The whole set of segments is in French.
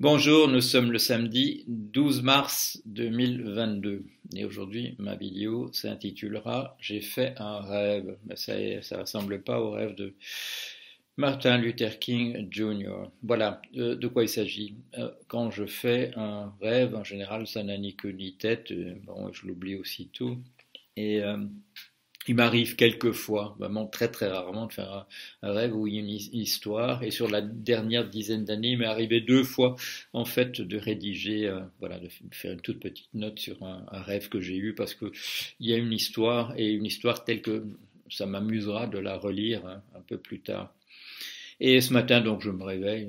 Bonjour, nous sommes le samedi 12 mars 2022 et aujourd'hui ma vidéo s'intitulera J'ai fait un rêve. Mais ça ressemble pas au rêve de Martin Luther King Jr. Voilà de quoi il s'agit. Quand je fais un rêve, en général ça n'a ni queue ni tête, bon, je l'oublie aussitôt. Et il m'arrive quelquefois, vraiment très très rarement, de faire un rêve où il y a une histoire. Et sur la dernière dizaine d'années, il m'est arrivé 2 fois, en fait, de rédiger, voilà, de faire une toute petite note sur un rêve que j'ai eu, parce que il y a une histoire, et une histoire telle que ça m'amusera de la relire un peu plus tard. Et ce matin, donc, je me réveille,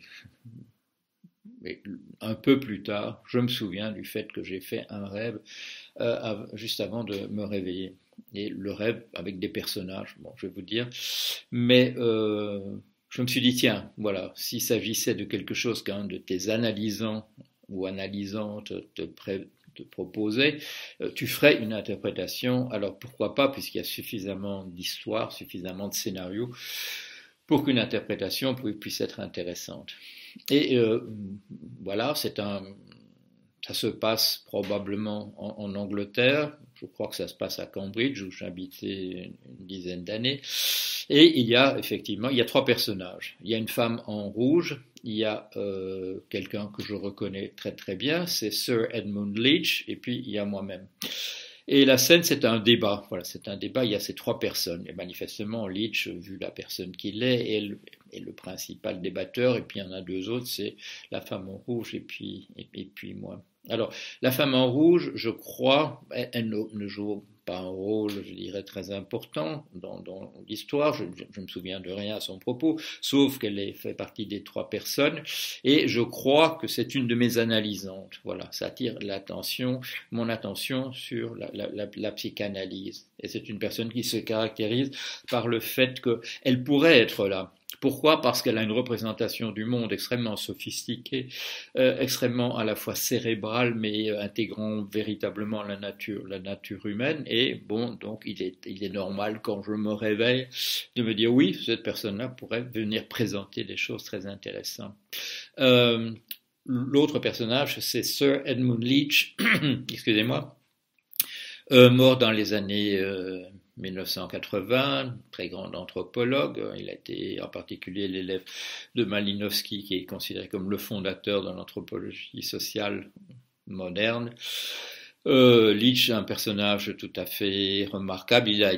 mais un peu plus tard, je me souviens du fait que j'ai fait un rêve juste avant de me réveiller. Et le rêve avec des personnages, bon, je vais vous dire. Mais je me suis dit, tiens, voilà, s'il s'agissait de quelque chose qu'un de tes analysants ou analysantes te proposait, tu ferais une interprétation. Alors pourquoi pas, puisqu'il y a suffisamment d'histoires, suffisamment de scénarios, pour qu'une interprétation puisse être intéressante. Et voilà, ça se passe probablement en Angleterre. Je crois que ça se passe à Cambridge, où j'habitais une dizaine d'années. Et il y a effectivement, il y a 3 personnages. Il y a une femme en rouge, il y a quelqu'un que je reconnais très très bien, c'est Sir Edmund Leach, et puis il y a moi-même. Et la scène, c'est un débat. Voilà, c'est un débat. Il y a ces 3 personnes. Et manifestement, Leach, vu la personne qu'il est le principal débatteur. Et puis il y en a 2 autres, c'est la femme en rouge et puis moi. Alors, la femme en rouge, je crois, elle ne joue pas un rôle, je dirais, très important dans l'histoire. Je me souviens de rien à son propos, sauf qu'elle fait partie des 3 personnes. Et je crois que c'est une de mes analysantes. Voilà, ça attire mon attention sur la psychanalyse. Et c'est une personne qui se caractérise par le fait qu'elle pourrait être là. Pourquoi? Parce qu'elle a une représentation du monde extrêmement sophistiquée, extrêmement à la fois cérébrale, mais intégrant véritablement la nature humaine. Et bon, donc il est normal quand je me réveille de me dire oui, cette personne-là pourrait venir présenter des choses très intéressantes. L'autre personnage, c'est Sir Edmund Leach, excusez-moi, mort dans les années 1980, très grand anthropologue. Il a été en particulier l'élève de Malinowski, qui est considéré comme le fondateur de l'anthropologie sociale moderne. Leach, un personnage tout à fait remarquable. Il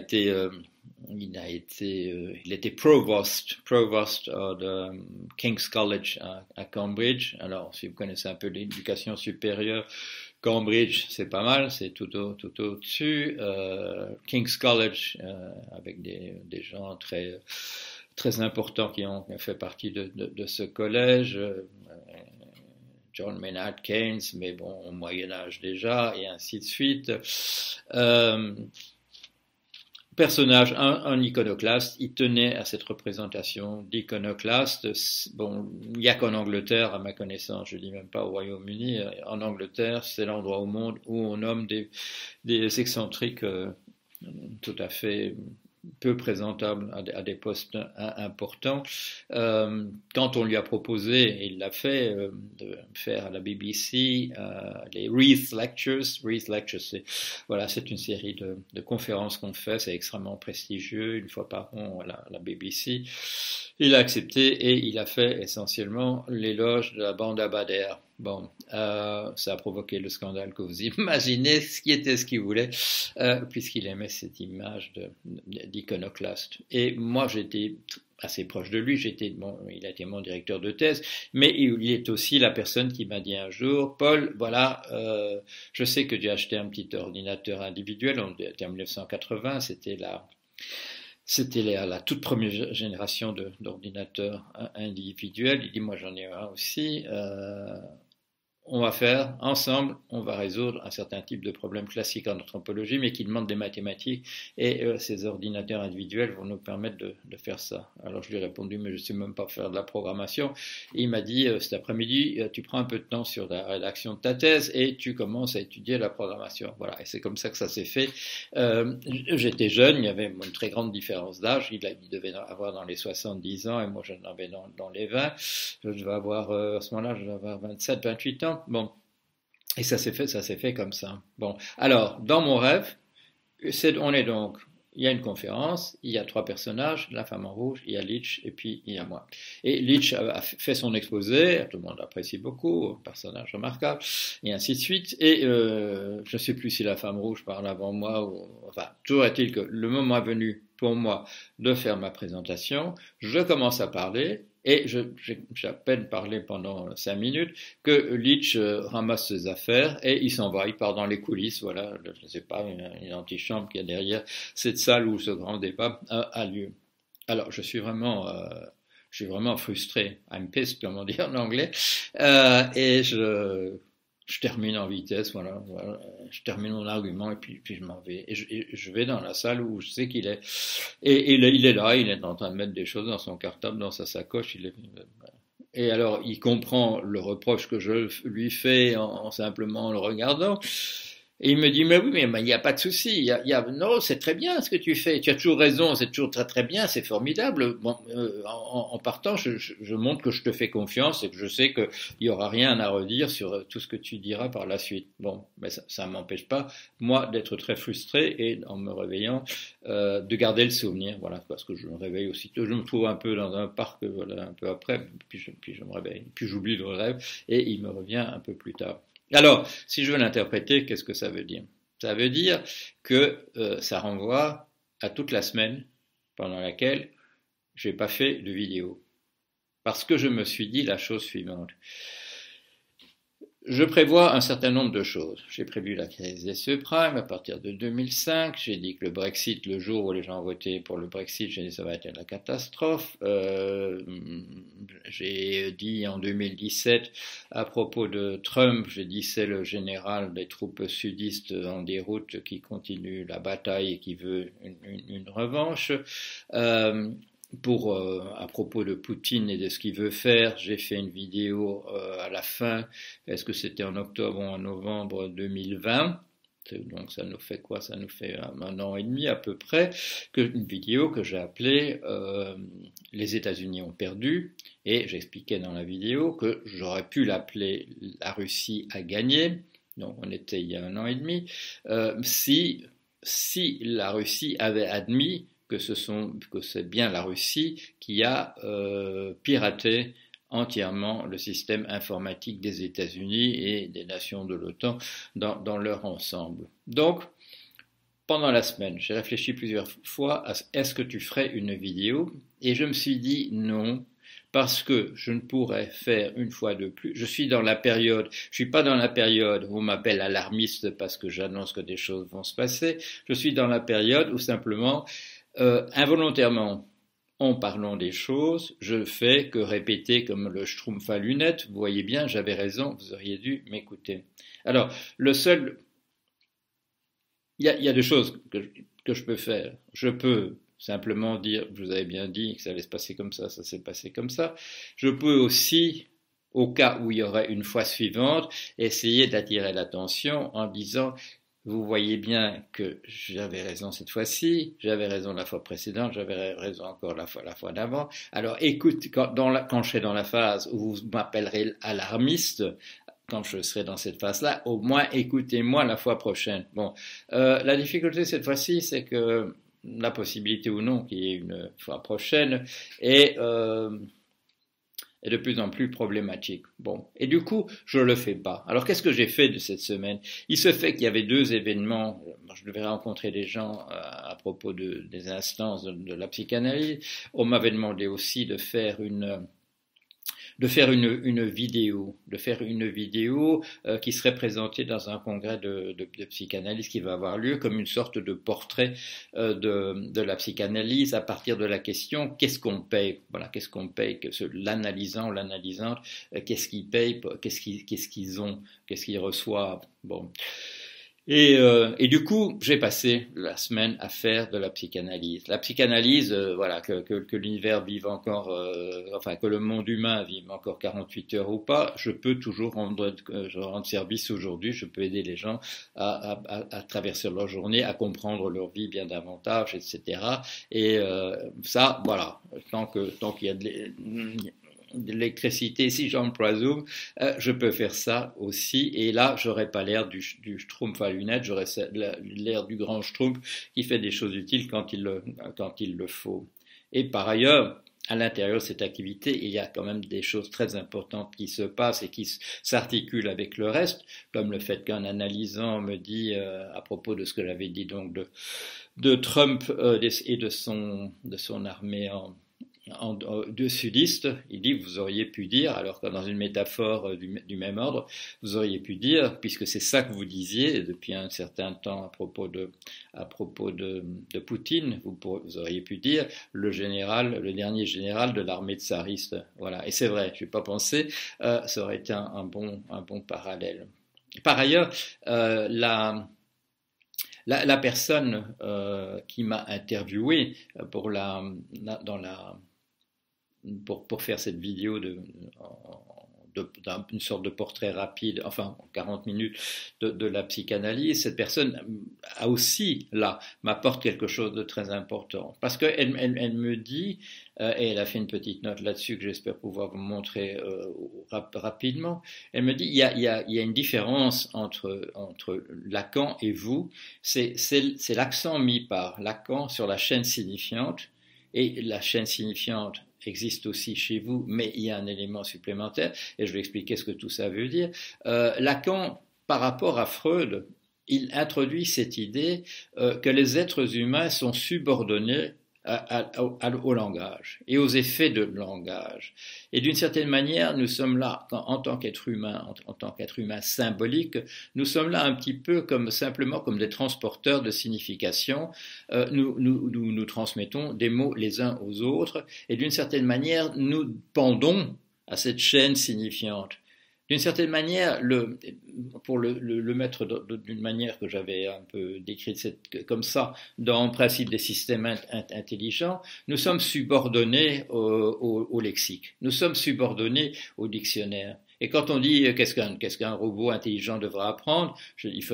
était provost de King's College à Cambridge. Alors, si vous connaissez un peu l'éducation supérieure, Cambridge, c'est pas mal, c'est tout au-dessus. King's College, avec des gens très, très importants qui ont fait partie de ce collège. John Maynard Keynes, mais bon, au Moyen-Âge déjà, et ainsi de suite. Personnage, un iconoclaste, il tenait à cette représentation d'iconoclaste. Bon, il n'y a qu'en Angleterre, à ma connaissance, je ne dis même pas au Royaume-Uni, en Angleterre, c'est l'endroit au monde où on nomme des excentriques tout à fait peu présentable à des postes importants. Quand on lui a proposé, et il l'a fait, de faire à la BBC les Reith Lectures. Reith Lectures, c'est une série de conférences qu'on fait, c'est extrêmement prestigieux, une fois par an à la BBC. Il a accepté et il a fait essentiellement l'éloge de la bande Abadère. Bon, ça a provoqué le scandale que vous imaginez, ce qu'il voulait, puisqu'il aimait cette image d'iconoclaste. Et moi, j'étais assez proche de lui, il a été mon directeur de thèse, mais il est aussi la personne qui m'a dit un jour, Paul, voilà, je sais que tu as acheté un petit ordinateur individuel, en 1980, c'était la toute première génération d'ordinateurs individuels. Il dit, moi j'en ai un aussi. on va faire ensemble, on va résoudre un certain type de problème classique en anthropologie, mais qui demande des mathématiques, et ces ordinateurs individuels vont nous permettre de faire ça. Alors je lui ai répondu, mais je ne sais même pas faire de la programmation. Et il m'a dit, cet après-midi, tu prends un peu de temps sur la rédaction de ta thèse et tu commences à étudier la programmation. Voilà, et c'est comme ça que ça s'est fait. J'étais jeune, il y avait une très grande différence d'âge, il devait avoir dans les 70 ans, et moi j'en avais dans les 20. Je devais avoir, à ce moment-là, je devais avoir 27, 28 ans. Bon, et ça s'est fait comme ça. Bon, alors, dans mon rêve, on est donc, il y a une conférence, il y a trois personnages, la femme en rouge, il y a Leach et puis il y a moi. Et Leach a fait son exposé, tout le monde l'apprécie beaucoup, personnage remarquable, et ainsi de suite. Et je ne sais plus si la femme rouge parle avant moi, enfin, toujours est-il que le moment est venu pour moi de faire ma présentation, je commence à parler, et j'ai à peine parlé pendant 5 minutes que Leach ramasse ses affaires et il s'en va, il part dans les coulisses, voilà, je ne sais pas, une antichambre qu'il y a derrière cette salle où ce grand débat a lieu. Alors je suis vraiment frustré, I'm pissed, comme on dit en anglais, et je termine en vitesse, voilà, je termine mon argument et puis je m'en vais. Et je vais dans la salle où je sais qu'il est. Et il est là, il est en train de mettre des choses dans son cartable, dans sa sacoche. Et alors, il comprend le reproche que je lui fais en simplement le regardant. Et il me dit, mais oui, mais il n'y a pas de souci. Non, c'est très bien ce que tu fais. Tu as toujours raison, c'est toujours très très bien, c'est formidable. Bon, en partant, je montre que je te fais confiance et que je sais qu'il n'y aura rien à redire sur tout ce que tu diras par la suite. Bon, mais ça ne m'empêche pas, moi, d'être très frustré et en me réveillant, de garder le souvenir. Voilà, parce que je me réveille aussitôt. Je me trouve un peu dans un parc, voilà, un peu après, puis je me réveille. Puis j'oublie le rêve et il me revient un peu plus tard. Alors, si je veux l'interpréter, qu'est-ce que ça veut dire? Ça veut dire que ça renvoie à toute la semaine pendant laquelle je n'ai pas fait de vidéo. Parce que je me suis dit la chose suivante. Je prévois un certain nombre de choses. J'ai prévu la crise des subprimes à partir de 2005. J'ai dit que le Brexit, le jour où les gens ont voté pour le Brexit, j'ai dit que ça va être la catastrophe. J'ai dit en 2017 à propos de Trump, j'ai dit c'est le général des troupes sudistes en déroute qui continue la bataille et qui veut une revanche. À propos de Poutine et de ce qu'il veut faire, j'ai fait une vidéo à la fin, est-ce que c'était en octobre ou en novembre 2020, donc ça nous fait quoi? Ça nous fait un an et demi à peu près, une vidéo que j'ai appelée Les États-Unis ont perdu, et j'expliquais dans la vidéo que j'aurais pu l'appeler La Russie a gagné, donc on était il y a un an et demi, si la Russie avait admis que c'est bien la Russie qui a piraté entièrement le système informatique des États-Unis et des nations de l'OTAN dans leur ensemble. Donc, pendant la semaine, j'ai réfléchi plusieurs fois à est-ce que tu ferais une vidéo, et je me suis dit non, parce que je ne pourrais faire une fois de plus. Je suis pas dans la période où on m'appelle alarmiste parce que j'annonce que des choses vont se passer. Je suis dans la période où simplement involontairement, en parlant des choses, je fais que répéter comme le schtroumpf à lunettes. Vous voyez bien, j'avais raison, vous auriez dû m'écouter. Alors, il y a deux choses que je peux faire. Je peux simplement dire, je vous avais bien dit que ça allait se passer comme ça s'est passé comme ça. Je peux aussi, au cas où il y aurait une fois suivante, essayer d'attirer l'attention en disant vous voyez bien que j'avais raison cette fois-ci, j'avais raison la fois précédente, j'avais raison encore la fois d'avant. Alors écoute, quand je serai dans la phase où vous m'appellerez alarmiste, quand je serai dans cette phase-là, au moins écoutez-moi la fois prochaine. Bon, la difficulté cette fois-ci, c'est que la possibilité ou non qu'il y ait une fois prochaine est de plus en plus problématique. Bon, et du coup, je le fais pas. Alors, qu'est-ce que j'ai fait de cette semaine? Il se fait qu'il y avait deux événements. Je devais rencontrer des gens à propos des instances de la psychanalyse. On m'avait demandé aussi de faire de faire une vidéo, qui serait présentée dans un congrès de psychanalyse qui va avoir lieu comme une sorte de portrait de la psychanalyse à partir de la question qu'est-ce qu'on paye, voilà, qu'est-ce qu'on paye, l'analysant ou l'analysante, qu'est-ce qu'ils payent, qu'est-ce qu'ils ont, qu'est-ce qu'ils reçoivent, bon. Et du coup, j'ai passé la semaine à faire de la psychanalyse. La psychanalyse, voilà, que l'univers vive encore, enfin que le monde humain vive encore 48 heures ou pas, je peux toujours rendre service aujourd'hui. Je peux aider les gens à traverser leur journée, à comprendre leur vie bien davantage, etc. Et ça, voilà, tant qu'il y a de l'électricité, si j'emploie Zoom, je peux faire ça aussi. Et là, j'aurais pas l'air du Schtroumpf à lunettes, j'aurais l'air du grand Schtroumpf qui fait des choses utiles quand il le faut. Et par ailleurs, à l'intérieur de cette activité, il y a quand même des choses très importantes qui se passent et qui s'articulent avec le reste, comme le fait qu'un analysant me dit, à propos de ce que j'avais dit donc de Trump et de son armée de sudistes, il dit vous auriez pu dire, alors que dans une métaphore du même ordre, vous auriez pu dire, puisque c'est ça que vous disiez depuis un certain temps à propos de Poutine, vous auriez pu dire le dernier général de l'armée tsariste. Voilà, et c'est vrai, je n'ai pas pensé, ça aurait été un bon parallèle. Par ailleurs, la personne qui m'a interviewé pour faire cette vidéo d'une sorte de portrait rapide, enfin 40 minutes de la psychanalyse, cette personne a aussi, là, m'apporte quelque chose de très important. Parce qu'elle me dit, et elle a fait une petite note là-dessus que j'espère pouvoir vous montrer rapidement, elle me dit, il y a une différence entre Lacan et vous, c'est l'accent mis par Lacan sur la chaîne signifiante, et la chaîne signifiante existe aussi chez vous, mais il y a un élément supplémentaire, et je vais expliquer ce que tout ça veut dire. Lacan, par rapport à Freud, il introduit cette idée que les êtres humains sont subordonnés au langage et aux effets de langage. Et d'une certaine manière, nous sommes là, en tant qu'être humain, en tant qu'être humain symbolique, nous sommes là un petit peu simplement comme des transporteurs de signification. Nous transmettons des mots les uns aux autres et d'une certaine manière, nous pendons à cette chaîne signifiante. D'une certaine manière, pour le mettre d'une manière que j'avais un peu décrite comme ça, dans le principe des systèmes intelligents, nous sommes subordonnés au lexique, nous sommes subordonnés au dictionnaire. Et quand on dit qu'est-ce qu'un robot intelligent devra apprendre, je dis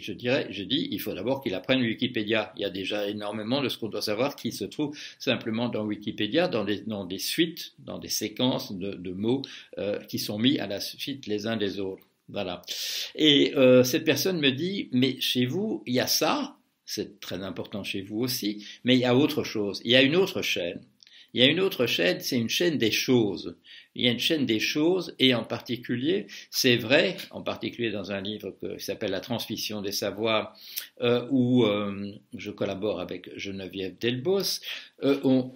il faut d'abord qu'il apprenne Wikipédia. Il y a déjà énormément de ce qu'on doit savoir qui se trouve simplement dans Wikipédia, dans des suites, dans des séquences de mots qui sont mis à la suite les uns des autres. Voilà. Et cette personne me dit, mais chez vous, il y a ça, c'est très important chez vous aussi, mais il y a autre chose, il y a une autre chaîne. Il y a une autre chaîne, c'est une chaîne des choses. Il y a une chaîne des choses et en particulier, c'est vrai, en particulier dans un livre qui s'appelle La transmission des savoirs, où je collabore avec Geneviève Delbos, on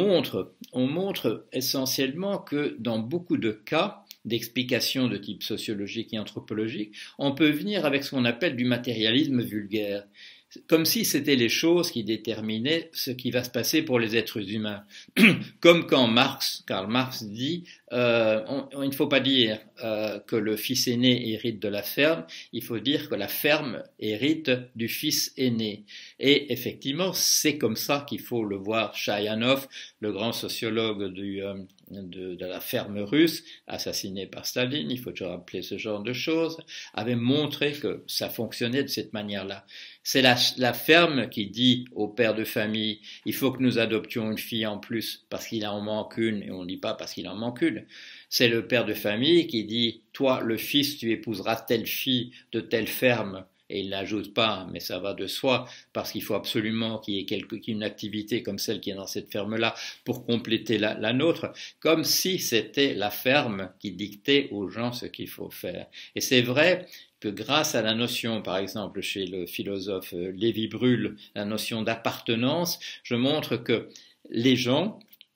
montre essentiellement que dans beaucoup de cas d'explications de type sociologique et anthropologique, on peut venir avec ce qu'on appelle du matérialisme vulgaire. Comme si c'était les choses qui déterminaient ce qui va se passer pour les êtres humains. Comme quand Karl Marx dit il ne faut pas dire que le fils aîné hérite de la ferme, il faut dire que la ferme hérite du fils aîné. Et effectivement, c'est comme ça qu'il faut le voir. Chayanov, le grand sociologue de la ferme russe, assassiné par Staline, il faut toujours rappeler ce genre de choses, avait montré que ça fonctionnait de cette manière-là. C'est la ferme qui dit au père de famille, il faut que nous adoptions une fille en plus parce qu'il en manque une, et on ne dit pas parce qu'il en manque une. C'est le père de famille qui dit, toi le fils, tu épouseras telle fille de telle ferme. Et il n'ajoute pas, mais ça va de soi, parce qu'il faut absolument qu'il y ait une activité comme celle qui est dans cette ferme-là pour compléter la nôtre, comme si c'était la ferme qui dictait aux gens ce qu'il faut faire. Et c'est vrai que grâce à la notion, par exemple, chez le philosophe Lévi-Brühl, la notion d'appartenance, je montre que les gens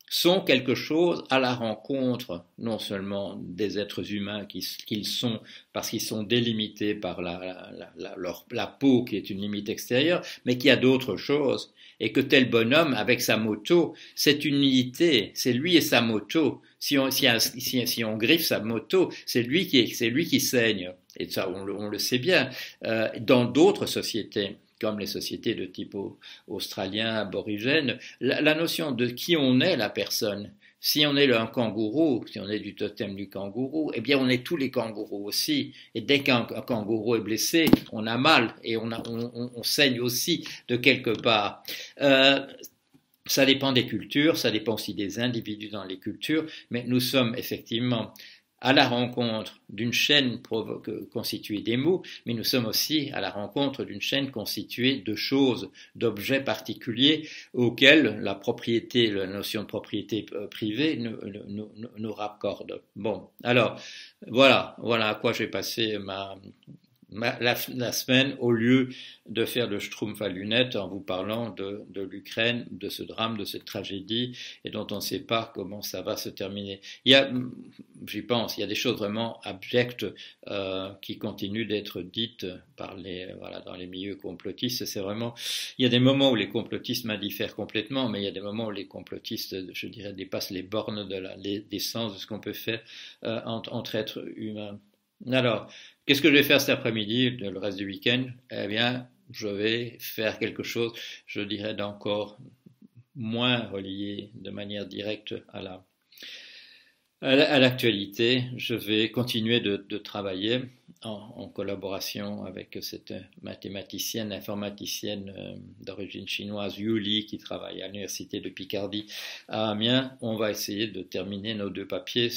sont quelque chose à la rencontre non seulement des êtres humains qu'ils sont parce qu'ils sont délimités par la peau qui est une limite extérieure, mais qu'il y a d'autres choses et que tel bonhomme avec sa moto, c'est une unité, c'est lui et sa moto. Si on griffe sa moto, c'est lui qui saigne. Et ça, on le sait bien. Dans d'autres sociétés, comme les sociétés de type australien, aborigène, la notion de qui on est, la personne. Si on est un kangourou, si on est du totem du kangourou, eh bien on est tous les kangourous aussi. Et dès qu'un kangourou est blessé, on a mal et on saigne aussi de quelque part. Ça dépend des cultures, ça dépend aussi des individus dans les cultures, mais nous sommes effectivement à la rencontre d'une chaîne constituée des mots, mais nous sommes aussi à la rencontre d'une chaîne constituée de choses, d'objets particuliers auxquels la notion de propriété privée nous raccorde. Bon, alors, voilà à quoi j'ai passé la semaine, au lieu de faire le schtroumpf à lunettes en vous parlant de l'Ukraine, de ce drame, de cette tragédie, et dont on ne sait pas comment ça va se terminer. J'y pense, il y a des choses vraiment abjectes qui continuent d'être dites par dans les milieux complotistes. C'est vraiment, il y a des moments où les complotistes m'indiffèrent complètement, mais il y a des moments où les complotistes, je dirais, dépassent les bornes des sens de ce qu'on peut faire entre êtres humains. Alors, qu'est-ce que je vais faire cet après-midi, le reste du week-end? Eh bien, je vais faire quelque chose, je dirais, d'encore moins relié de manière directe à l'actualité. Je vais continuer de travailler en collaboration avec cette mathématicienne, informaticienne d'origine chinoise, Yu Li, qui travaille à l'université de Picardie à Amiens. On va essayer de terminer nos 2 papiers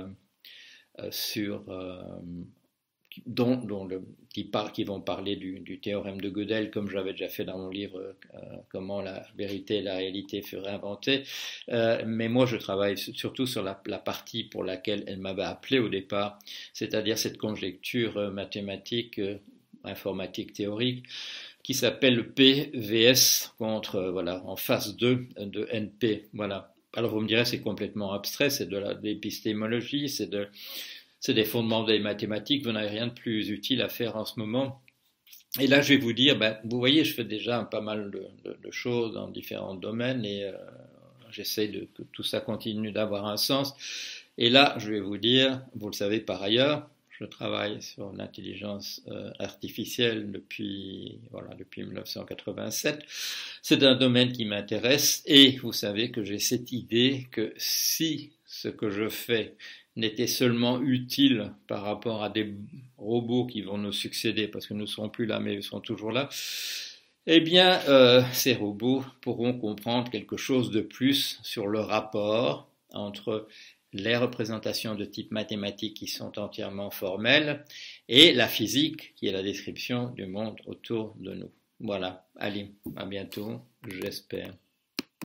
qui vont parler du théorème de Gödel, comme j'avais déjà fait dans mon livre Comment la vérité et la réalité furent inventées. Mais moi, je travaille surtout sur la partie pour laquelle elle m'avait appelé au départ, c'est-à-dire cette conjecture mathématique, informatique théorique, qui s'appelle PVS en phase 2 de NP. Voilà. Alors vous me direz, c'est complètement abstrait, c'est de l'épistémologie, c'est des fondements des mathématiques, vous n'avez rien de plus utile à faire en ce moment. Et là, je vais vous dire, vous voyez, je fais déjà pas mal de choses dans différents domaines et j'essaie que tout ça continue d'avoir un sens. Et là, je vais vous dire, vous le savez par ailleurs, je travaille sur l'intelligence artificielle depuis 1987. C'est un domaine qui m'intéresse et vous savez que j'ai cette idée que si ce que je fais n'était seulement utile par rapport à des robots qui vont nous succéder, parce que nous ne serons plus là, mais ils sont toujours là, eh bien, ces robots pourront comprendre quelque chose de plus sur le rapport entre les représentations de type mathématique qui sont entièrement formelles et la physique qui est la description du monde autour de nous. Voilà, allez, à bientôt, j'espère.